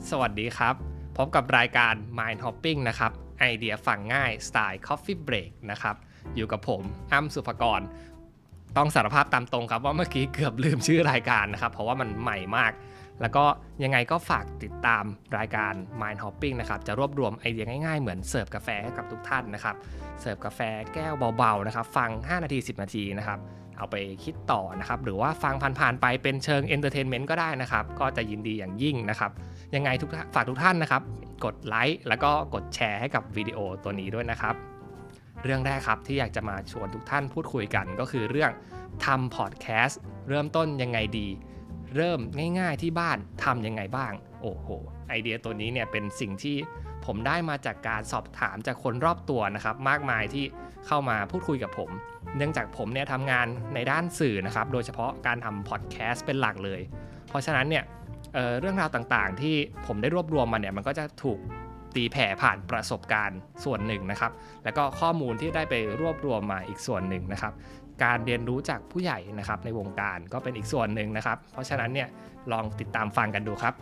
สวัสดีครับพบกับรายการ Mind Hopping นะครับไอเดียฟังง่ายสไตล์ Coffee Break นะครับอยู่กับผมอ้ำสุภกรต้องสารภาพตามตรงครับว่าเมื่อกี้เกือบลืมชื่อรายการนะครับเพราะว่ามันใหม่มากแล้วก็ยังไงก็ฝากติดตามรายการ Mind Hopping นะครับจะรวบรวมไอเดียง่ายๆเหมือนเสิร์ฟกาแฟให้กับทุกท่านนะครับเสิร์ฟกาแฟแก้วเบาๆนะครับฟัง5นาที10นาทีนะครับเอาไปคิดต่อนะครับหรือว่าฟังผ่านๆไปเป็นเชิงเอนเตอร์เทนเมนต์ก็ได้นะครับก็จะยินดีอย่างยิ่งนะครับยังไงฝากทุกท่านนะครับกดไลค์แล้วก็กดแชร์ให้กับวิดีโอตัวนี้ด้วยนะครับเรื่องแรกครับที่อยากจะมาชวนทุกท่านพูดคุยกันก็คือเรื่องทำพอดแคสต์เริ่มต้นยังไงดีเริ่มง่ายๆที่บ้านทำยังไงบ้างโอ้โหไอเดียตัวนี้เนี่ยเป็นสิ่งที่ผมได้มาจากการสอบถามจากคนรอบตัวนะครับมากมายที่เข้ามาพูดคุยกับผมเนื่องจากผมเนี่ยทำงานในด้านสื่อนะครับโดยเฉพาะการทำพอดแคสต์เป็นหลักเลยเพราะฉะนั้นเนี่ยเรื่องราวต่างๆที่ผมได้รวบรวมมาเนี่ยมันก็จะถูกตีแผ่ผ่านประสบการณ์ส่วนหนึ่งนะครับแล้วก็ข้อมูลที่ได้ไปรวบรวมมาอีกส่วนหนึ่งนะครับการเรียนรู้จากผู้ใหญ่นะครับในวงการก็เป็นอีกส่วนหนึ่งนะครับเพราะฉะนั้นเนี่ยลองติดตามฟังกันดูครับ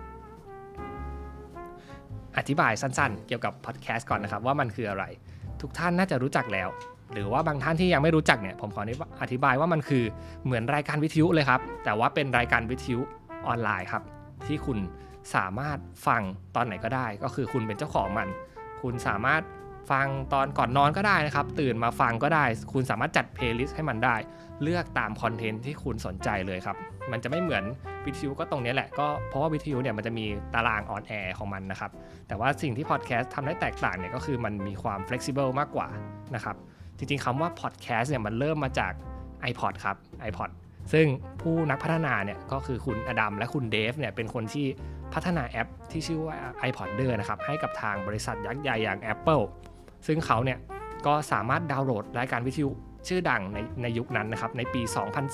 อธิบายสั้นๆเกี่ยวกับพอดแคสต์ก่อนนะครับว่ามันคืออะไรทุกท่านน่าจะรู้จักแล้วหรือว่าบางท่านที่ยังไม่รู้จักเนี่ยผมขออธิบายว่ามันคือเหมือนรายการวิทยุเลยครับแต่ว่าเป็นรายการวิทยุออนไลน์ครับที่คุณสามารถฟังตอนไหนก็ได้ก็คือคุณเป็นเจ้าของมันคุณสามารถฟังตอนก่อนนอนก็ได้นะครับตื่นมาฟังก็ได้คุณสามารถจัดเพลย์ลิสต์ให้มันได้เลือกตามคอนเทนต์ที่คุณสนใจเลยครับมันจะไม่เหมือนวิทยุก็ตรงนี้แหละก็เพราะว่าวิทยุเนี่ยมันจะมีตารางออนแอร์ของมันนะครับแต่ว่าสิ่งที่พอดแคสต์ทำได้แตกต่างเนี่ยก็คือมันมีความ flexible มากกว่านะครับจริงๆคำว่าพอดแคสต์เนี่ยมันเริ่มมาจาก iPod ครับ iPod ซึ่งผู้นักพัฒนาเนี่ยก็คือคุณอดัมและคุณเดฟเนี่ยเป็นคนที่พัฒนาแอปที่ชื่อว่า iPodder นะครับให้กับทางบริษัทยักษ์ใหญ่อย่าง Apple ซึ่งเขาเนี่ยก็สามารถดาวน์โหลดรายการวิทยุชื่อดังในยุคนั้นนะครับในปี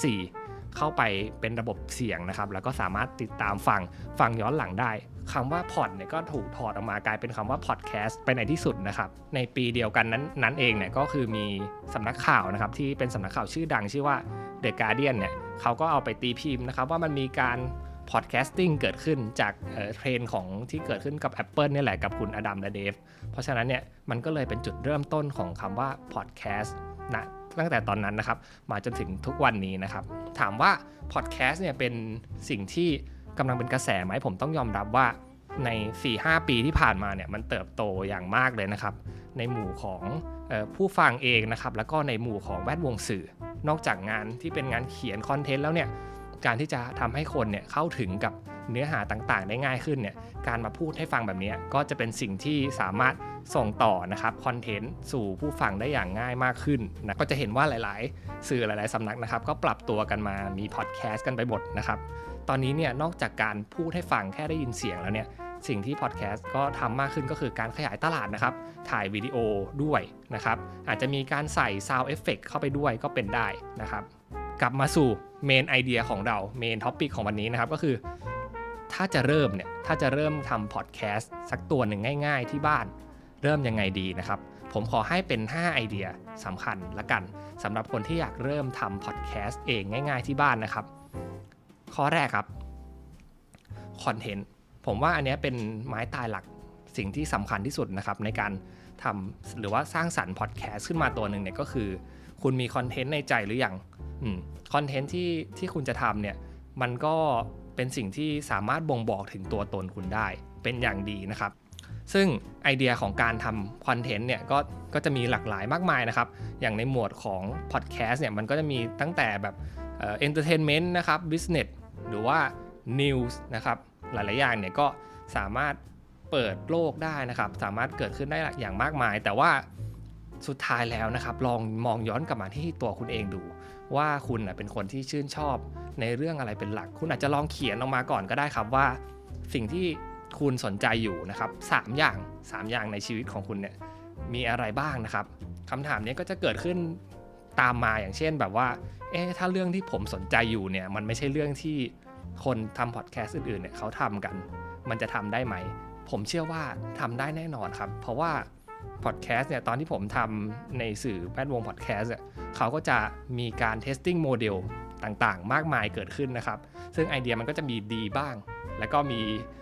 2004 เข้าไปเป็นระบบเสียงนะครับแล้วก็สามารถติดตามฟังย้อนหลังได้คำว่าพอดเนี่ยก็ถูกถอดออกมากลายเป็นคำว่าพอดแคสต์ไปในที่สุดนะครับในปีเดียวกันนั้นเองเนี่ยก็คือมีสำนักข่าวนะครับที่เป็นสำนักข่าวชื่อดังชื่อว่า The Guardian เนี่ยเขาก็เอาไปตีพิมพ์นะครับว่ามันมีการพอดแคสติ้งเกิดขึ้นจากเทรนด์ของที่เกิดขึ้นกับ Apple เนี่ยแหละกับคุณอดัมและเดฟเพราะฉะนั้นเนี่ยมันก็เลยเป็นจุดเริ่มต้นของคำว่าพอดแคสต์นะตั้งแต่ตอนนั้นนะครับมาจนถึงทุกวันนี้นะครับถามว่าพอดแคสต์เนี่ยเป็นสิ่งที่กำลังเป็นกระแสไหมผมต้องยอมรับว่าใน 4-5 ปีที่ผ่านมาเนี่ยมันเติบโตอย่างมากเลยนะครับในหมู่ของผู้ฟังเองนะครับแล้วก็ในหมู่ของแวดวงสื่อนอกจากงานที่เป็นงานเขียนคอนเทนต์แล้วเนี่ยการที่จะทำให้คนเนี่ยเข้าถึงกับเนื้อหาต่างๆได้ง่ายขึ้นเนี่ยการมาพูดให้ฟังแบบนี้ก็จะเป็นสิ่งที่สามารถส่งต่อนะครับคอนเทนต์สู่ผู้ฟังได้อย่างง่ายมากขึ้นนะก็จะเห็นว่าหลายๆสื่อหลายๆสำนักนะครับก็ปรับตัวกันมามีพอดแคสต์กันไปหมดนะครับตอนนี้เนี่ยนอกจากการพูดให้ฟังแค่ได้ยินเสียงแล้วเนี่ยสิ่งที่พอดแคสต์ก็ทำมากขึ้นก็คือการขยายตลาดนะครับถ่ายวิดีโอด้วยนะครับอาจจะมีการใส่ Sound Effect เข้าไปด้วยก็เป็นได้นะครับกลับมาสู่เมนไอเดียของเราเมนท็อปิกของวันนี้นะครับก็คือถ้าจะเริ่มทำพอดแคสต์สักตัวหนึ่งง่ายๆที่บ้านเริ่มยังไงดีนะครับผมขอให้เป็น5ไอเดียสำคัญละกันสำหรับคนที่อยากเริ่มทำพอดแคสต์เองง่ายๆที่บ้านนะครับข้อแรกครับคอนเทนต์ผมว่าอันนี้เป็นไม้ตายหลักสิ่งที่สำคัญที่สุดนะครับในการทำหรือว่าสร้างสรรค์พอดแคสต์ขึ้นมาตัวหนึ่งเนี่ยก็คือคุณมีคอนเทนต์ในใจหรือยังคอนเทนต์ที่คุณจะทำเนี่ยมันก็เป็นสิ่งที่สามารถบ่งบอกถึงตัวตนคุณได้เป็นอย่างดีนะครับซึ่งไอเดียของการทำคอนเทนต์เนี่ยก็จะมีหลากหลายมากมายนะครับอย่างในหมวดของพอดแคสต์เนี่ยมันก็จะมีตั้งแต่แบบเอนเตอร์เทนเมนต์นะครับบิสเนสหรือว่านิวส์นะครับหลายๆอย่างเนี่ยก็สามารถเปิดโลกได้นะครับสามารถเกิดขึ้นได้อย่างมากมายแต่ว่าสุดท้ายแล้วนะครับลองมองย้อนกลับมาที่ตัวคุณเองดูว่าคุณเป็นคนที่ชื่นชอบในเรื่องอะไรเป็นหลักคุณอาจจะลองเขียนออกมาก่อนก็ได้ครับว่าสิ่งที่คุณสนใจอยู่นะครับ3อย่างในชีวิตของคุณเนี่ยมีอะไรบ้างนะครับคำถามนี้ก็จะเกิดขึ้นตามมาอย่างเช่นแบบว่าถ้าเรื่องที่ผมสนใจอยู่เนี่ยมันไม่ใช่เรื่องที่คนทำพอดแคสต์อื่นๆเนี่ยเขาทำกันมันจะทำได้ไหมผมเชื่อว่าทำได้แน่นอนครับเพราะว่าพอดแคสต์เนี่ยตอนที่ผมทำในสื่อแวดวงพอดแคสต์เขาก็จะมีการ testing model ต่างๆมากมายเกิดขึ้นนะครับซึ่งไอเดียมันก็จะมีดีบ้างแล้วก็มี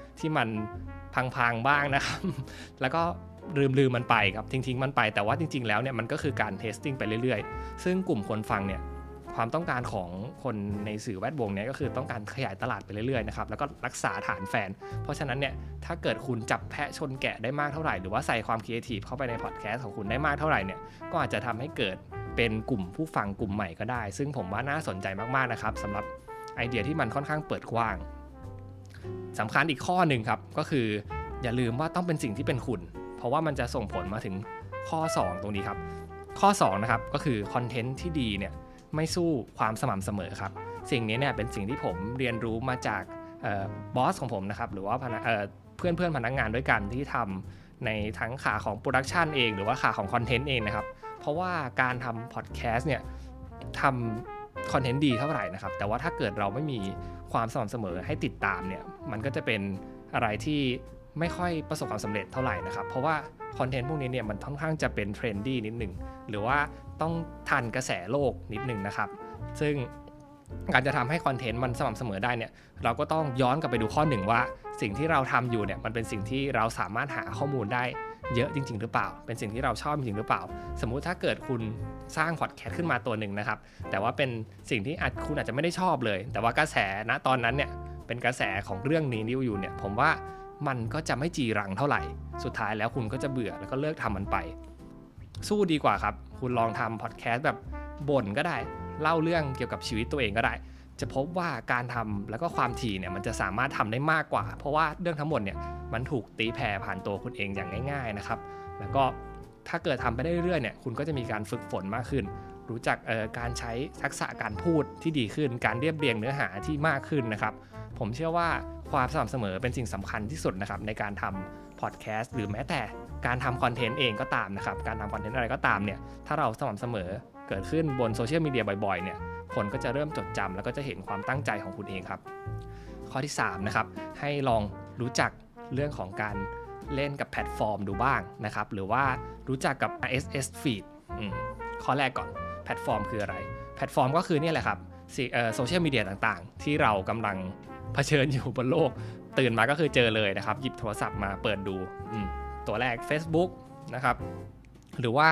ที่มันพังๆบ้างนะครับแล้วก็ลืมมันไปครับทิ้งมันไปแต่ว่าจริงๆแล้วเนี่ยมันก็คือการเทสติ้งไปเรื่อยๆซึ่งกลุ่มคนฟังเนี่ยความต้องการของคนในสื่อแวดวงเนี่ยก็คือต้องการขยายตลาดไปเรื่อยๆนะครับแล้วก็รักษาฐานแฟนเพราะฉะนั้นเนี่ยถ้าเกิดคุณจับแพะชนแกะได้มากเท่าไหร่หรือว่าใส่ความครีเอทีฟเข้าไปในพอดแคสต์ของคุณได้มากเท่าไหร่เนี่ยก็อาจจะทำให้เกิดเป็นกลุ่มผู้ฟังกลุ่มใหม่ก็ได้ซึ่งผมว่าน่าสนใจมากๆนะครับสำหรับไอเดียที่มันค่อนข้างเปิดกว้างสำคัญอีกข้อหนึ่งครับก็คืออย่าลืมว่าต้องเป็นสิ่งที่เป็นคุณเพราะว่ามันจะส่งผลมาถึงข้อ2ตรงนี้ครับข้อ2นะครับก็คือคอนเทนต์ที่ดีเนี่ยไม่สู้ความสม่ำเสมอครับสิ่งนี้เนี่ยเป็นสิ่งที่ผมเรียนรู้มาจากบอสของผมนะครับหรือว่าเพื่อนพนักงานด้วยกันที่ทำในทั้งขาของโปรดักชันเองหรือว่าขาของคอนเทนต์เองนะครับเพราะว่าการทำพอดแคสต์เนี่ยทำคอนเทนต์ดีเท่าไหร่นะครับแต่ว่าถ้าเกิดเราไม่มีความสม่ำเสมอให้ติดตามเนี่ยมันก็จะเป็นอะไรที่ไม่ค่อยประสบความสำเร็จเท่าไหร่นะครับเพราะว่าคอนเทนต์พวกนี้เนี่ยมันค่อนข้างจะเป็นเทรนดี้นิดหนึ่งหรือว่าต้องทันกระแสโลกนิดหนึ่งนะครับซึ่งการจะทำให้คอนเทนต์มันสม่ำเสมอได้เนี่ยเราก็ต้องย้อนกลับไปดูข้อหนึ่งว่าสิ่งที่เราทำอยู่เนี่ยมันเป็นสิ่งที่เราสามารถหาข้อมูลได้เยอะจริงๆหรือเปล่าเป็นสิ่งที่เราชอบจริงหรือเปล่าสมมุติถ้าเกิดคุณสร้างพอดแคสต์ขึ้นมาตัวหนึ่งนะครับแต่ว่าเป็นสิ่งที่คุณอาจจะไม่ได้ชอบเลยแต่ว่ากระแสณตอนนั้นเนี่ยเป็นกระแสของเรื่องนี้อยู่เนี่ยผมว่ามันก็จะไม่จีรังเท่าไหร่สุดท้ายแล้วคุณก็จะเบื่อแล้วก็เลิกทำมันไปสู้ดีกว่าครับคุณลองทำพอดแคสต์แบบบ่นก็ได้เล่าเรื่องเกี่ยวกับชีวิตตัวเองก็ได้จะพบว่าการทำแล้วก็ความถี่เนี่ยมันจะสามารถทำได้มากกว่าเพราะว่าเรื่องทั้งหมดเนี่ยมันถูกตีแผ่ผ่านตัวคุณเองอย่างง่ายๆนะครับแล้วก็ถ้าเกิดทำไปได้เรื่อยๆเนี่ยคุณก็จะมีการฝึกฝนมากขึ้นรู้จักการใช้ทักษะการพูดที่ดีขึ้นการเรียบเรียงเนื้อหาที่มากขึ้นนะครับผมเชื่อว่าความสม่ำเสมอเป็นสิ่งสำคัญที่สุดนะครับในการทำพอดแคสต์หรือแม้แต่การทำคอนเทนต์เองก็ตามนะครับการทำคอนเทนต์อะไรก็ตามเนี่ยถ้าเราสม่ำเสมอเกิดขึ้นบนโซเชียลมีเดียบ่อยๆเนี่ยคนก็จะเริ่มจดจำแล้วก็จะเห็นความตั้งใจของคุณเองครับข้อที่3นะครับให้ลองรู้จักเรื่องของการเล่นกับแพลตฟอร์มดูบ้างนะครับหรือว่ารู้จักกับ RSS feed ข้อแรกก่อนแพลตฟอร์มคืออะไรแพลตฟอร์มก็คือเนี่ยแหละครับโซเชียลมีเดียต่างๆที่เรากำลังเผชิญอยู่บนโลกตื่นมาก็คือเจอเลยนะครับหยิบโทรศัพท์มาเปิดดูตัวแรก Facebook นะครับหรือว่า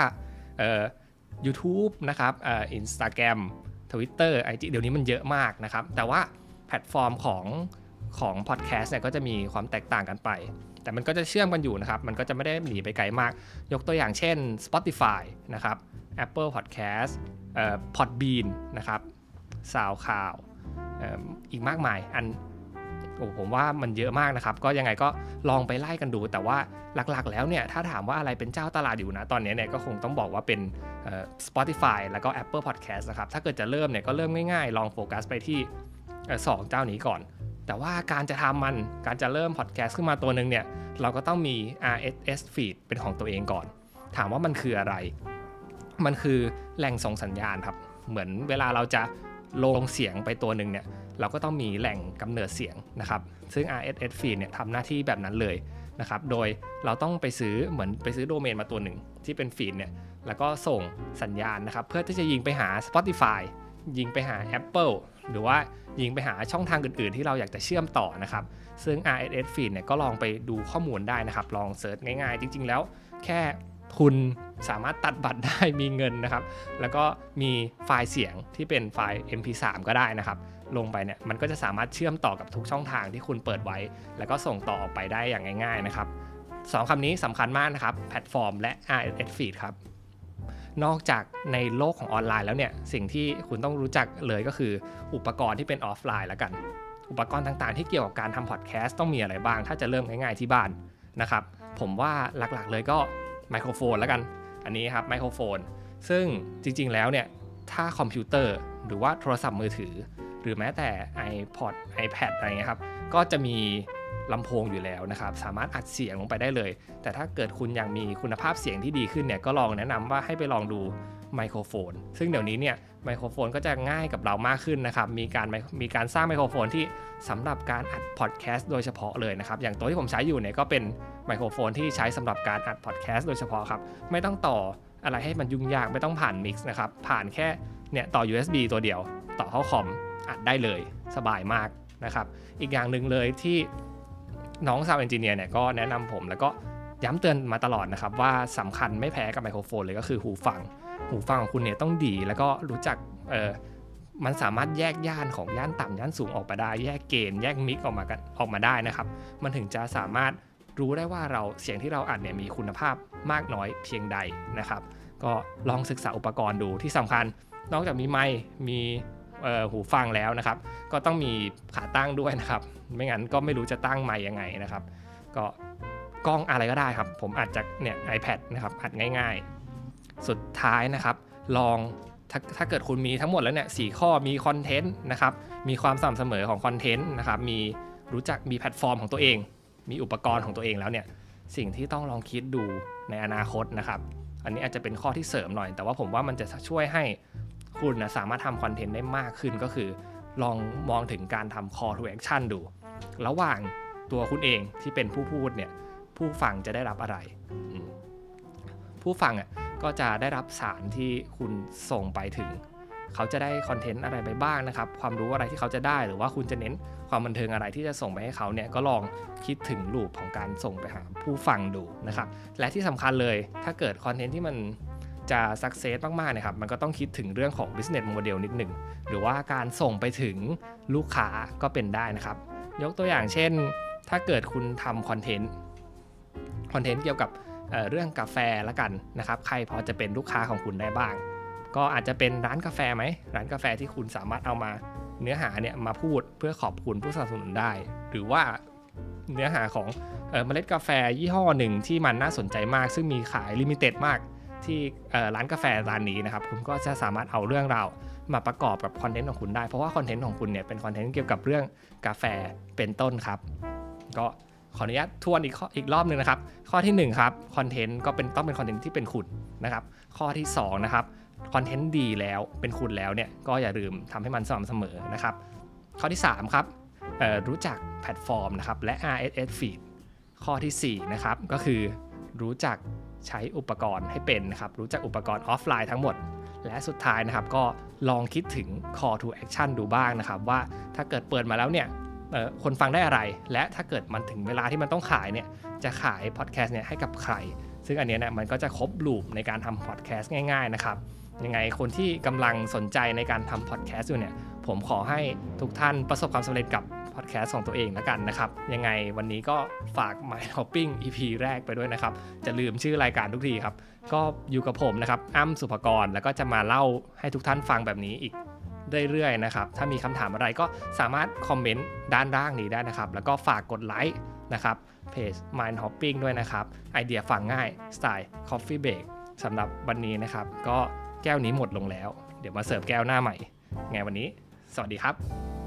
YouTube นะครับInstagram Twitter IG เดี๋ยวนี้มันเยอะมากนะครับแต่ว่าแพลตฟอร์มของพอดแคสต์เนี่ยก็จะมีความแตกต่างกันไปแต่มันก็จะเชื่อมกันอยู่นะครับมันก็จะไม่ได้หนีไปไกลมากยกตัวอย่างเช่น Spotify นะครับ Apple Podcast Podbean นะครับ SoundCloud อีกมากมายผมว่ามันเยอะมากนะครับก็ยังไงก็ลองไปไล่กันดูแต่ว่าหลักๆแล้วเนี่ยถ้าถามว่าอะไรเป็นเจ้าตลาดอยู่นะตอนนี้เนี่ยก็คงต้องบอกว่าเป็นSpotify แล้วก็ Apple Podcast นะครับถ้าเกิดจะเริ่มเนี่ยก็เริ่มง่ายๆลองโฟกัสไปที่2เจ้านี้ก่อนแต่ว่าการจะเริ่ม podcast ขึ้นมาตัวนึงเนี่ยเราก็ต้องมี RSS feed เป็นของตัวเองก่อนถามว่ามันคืออะไรมันคือแหล่งส่งสัญญาณครับเหมือนเวลาเราจะลงเสียงไปตัวนึงเนี่ยเราก็ต้องมีแหล่งกำเนิดเสียงนะครับซึ่ง RSS feed เนี่ยทำหน้าที่แบบนั้นเลยนะครับโดยเราต้องไปซื้อโดเมนมาตัวหนึ่งที่เป็นฟีดเนี่ยแล้วก็ส่งสัญญาณนะครับเพื่อที่จะยิงไปหา Spotify ยิงไปหา Apple หรือว่ายิงไปหาช่องทางอื่นๆที่เราอยากจะเชื่อมต่อนะครับซึ่ง RSS feed เนี่ยก็ลองไปดูข้อมูลได้นะครับลองเสิร์ชง่ายๆจริงๆแล้วแค่คุณสามารถตัดบัตรได้มีเงินนะครับแล้วก็มีไฟล์เสียงที่เป็นไฟล์ MP3 ก็ได้นะครับลงไปเนี่ยมันก็จะสามารถเชื่อมต่อกับทุกช่องทางที่คุณเปิดไว้แล้วก็ส่งต่อออกไปได้อย่างง่ายๆนะครับ2คำนี้สำคัญมากนะครับแพลตฟอร์มและ RSS feed ครับนอกจากในโลกของออนไลน์แล้วเนี่ยสิ่งที่คุณต้องรู้จักเลยก็คืออุปกรณ์ที่เป็นออฟไลน์แล้วกันอุปกรณ์ต่างๆที่เกี่ยวกับการทำพอดแคสต์ต้องมีอะไรบ้างถ้าจะเริ่มง่ายๆที่บ้านนะครับผมว่าหลักๆเลยก็ไมโครโฟนแล้วกันอันนี้ครับไมโครโฟนซึ่งจริงๆแล้วเนี่ยถ้าคอมพิวเตอร์หรือว่าโทรศัพท์มือถือหรือแม้แต่ iPod iPad อะไรเงี้ยครับก็จะมีลำโพงอยู่แล้วนะครับสามารถอัดเสียงลงไปได้เลยแต่ถ้าเกิดคุณอยากมีคุณภาพเสียงที่ดีขึ้นเนี่ยก็ลองแนะนำว่าให้ไปลองดูไมโครโฟนซึ่งเดี๋ยวนี้เนี่ยไมโครโฟนก็จะง่ายกับเรามากขึ้นนะครับมีการสร้างไมโครโฟนที่สำหรับการอัดพอดแคสต์โดยเฉพาะเลยนะครับอย่างตัวที่ผมใช้อยู่เนี่ยก็เป็นไมโครโฟนที่ใช้สำหรับการอัดพอดแคสต์โดยเฉพาะครับไม่ต้องต่ออะไรให้มันยุ่งยากไม่ต้องผ่านมิกซ์นะครับผ่านแค่เนี่ยต่อ USB ตัวเดียวต่อเข้าคอมอัดได้เลยสบายมากนะครับอีกอย่างหนึ่งเลยที่น้องซาวด์เอนจิเนียร์เนี่ยก็แนะนำผมแล้วก็ย้ำเตือนมาตลอดนะครับว่าสำคัญไม่แพ้กับไมโครโฟนเลยก็คือหูฟังของคุณเนี่ยต้องดีแล้วก็รู้จักมันสามารถแยกย่านของย่านต่ำย่านสูงออกมาได้แยกเกณฑ์แยกมิกออกมาได้นะครับมันถึงจะสามารถรู้ได้ว่าเสียงที่เราอัดเนี่ยมีคุณภาพมากน้อยเพียงใดนะครับก็ลองศึกษาอุปกรณ์ดูที่สำคัญนอกจากมีไมค์มีหูฟังแล้วนะครับก็ต้องมีขาตั้งด้วยนะครับไม่งั้นก็ไม่รู้จะตั้งไมค์ยังไงนะครับก็กล้องอะไรก็ได้ครับผมอัดจากเนี่ย iPad นะครับอัดง่ายๆสุดท้ายนะครับลองถ้าเกิดคุณมีทั้งหมดแล้วเนี่ย4ข้อมีคอนเทนต์นะครับมีความสม่ำเสมอของคอนเทนต์นะครับมีแพลตฟอร์มของตัวเองมีอุปกรณ์ของตัวเองแล้วเนี่ยสิ่งที่ต้องลองคิดดูในอนาคตนะครับอันนี้อาจจะเป็นข้อที่เสริมหน่อยแต่ว่าผมว่ามันจะช่วยให้คุณนะสามารถทำคอนเทนต์ได้มากขึ้นก็คือลองมองถึงการทำ call to action ดูระหว่างตัวคุณเองที่เป็นผู้พูดเนี่ยผู้ฟังจะได้รับอะไรผู้ฟังก็จะได้รับสารที่คุณส่งไปถึงเขาจะได้คอนเทนต์อะไรไปบ้างนะครับความรู้อะไรที่เขาจะได้หรือว่าคุณจะเน้นความบันเทิงอะไรที่จะส่งไปให้เขาเนี่ยก็ลองคิดถึงลูปของการส่งไปหาผู้ฟังดูนะครับและที่สำคัญเลยถ้าเกิดคอนเทนต์ที่มันจะสักเซสมากๆนะครับมันก็ต้องคิดถึงเรื่องของ business model นิดหนึ่งหรือว่าการส่งไปถึงลูกค้าก็เป็นได้นะครับยกตัวอย่างเช่นถ้าเกิดคุณทำคอนเทนต์เกี่ยวกับเรื่องกาแฟละกันนะครับใครพอจะเป็นลูกค้าของคุณได้บ้างก็อาจจะเป็นร้านกาแฟไหมร้านกาแฟที่คุณสามารถเอามาเนื้อหาเนี่ยมาพูดเพื่อขอบคุณผู้สนับสนุนได้หรือว่าเนื้อหาของเมล็ดกาแฟยี่ห้อหนึ่งที่มันน่าสนใจมากซึ่งมีขายลิมิเต็ดมากที่ร้านกาแฟร้านนี้นะครับคุณก็จะสามารถเอาเรื่องราวมาประกอบกับคอนเทนต์ของคุณได้เพราะว่าคอนเทนต์ของคุณเนี่ยเป็นคอนเทนต์เกี่ยวกับเรื่องกาแฟเป็นต้นครับก็ขออนุญาตทวนอีกรอบนึงนะครับข้อที่1ครับคอนเทนต์ก็ต้องเป็นคอนเทนต์ที่เป็นคุณนะครับข้อที่2นะครับคอนเทนต์ดีแล้วเป็นคุณแล้วเนี่ยก็อย่าลืมทำให้มันสม่ำเสมอนะครับข้อที่3ครับรู้จักแพลตฟอร์มนะครับและ RSS feed ข้อที่4นะครับก็คือรู้จักใช้อุปกรณ์ให้เป็นนะครับรู้จักอุปกรณ์ออฟไลน์ทั้งหมดและสุดท้ายนะครับก็ลองคิดถึง call to action ดูบ้างนะครับว่าถ้าเกิดเปิดมาแล้วเนี่ยคนฟังได้อะไรและถ้าเกิดมันถึงเวลาที่มันต้องขายเนี่ยจะขายพอดแคสต์เนี่ยให้กับใครซึ่งอันนี้เนี่ยมันก็จะครบลูปในการทำพอดแคสต์ง่ายๆนะครับยังไงคนที่กำลังสนใจในการทำพอดแคสต์อยู่เนี่ยผมขอให้ทุกท่านประสบความสำเร็จกับพอดแคสต์ของตัวเองแล้วกันนะครับยังไงวันนี้ก็ฝาก My Hopping EP แรกไปด้วยนะครับจะลืมชื่อรายการทุกทีครับก็อยู่กับผมนะครับอ้ำสุภกรแล้วก็จะมาเล่าให้ทุกท่านฟังแบบนี้อีกเรื่อยๆนะครับถ้ามีคำถามอะไรก็สามารถคอมเมนต์ด้านล่างนี้ได้นะครับแล้วก็ฝากกดไลค์นะครับเพจ Mind Hopping ด้วยนะครับไอเดียฟังง่ายสไตล์ Coffee Break สำหรับวันนี้นะครับก็แก้วนี้หมดลงแล้วเดี๋ยวมาเสิร์ฟแก้วหน้าใหม่ไงวันนี้สวัสดีครับ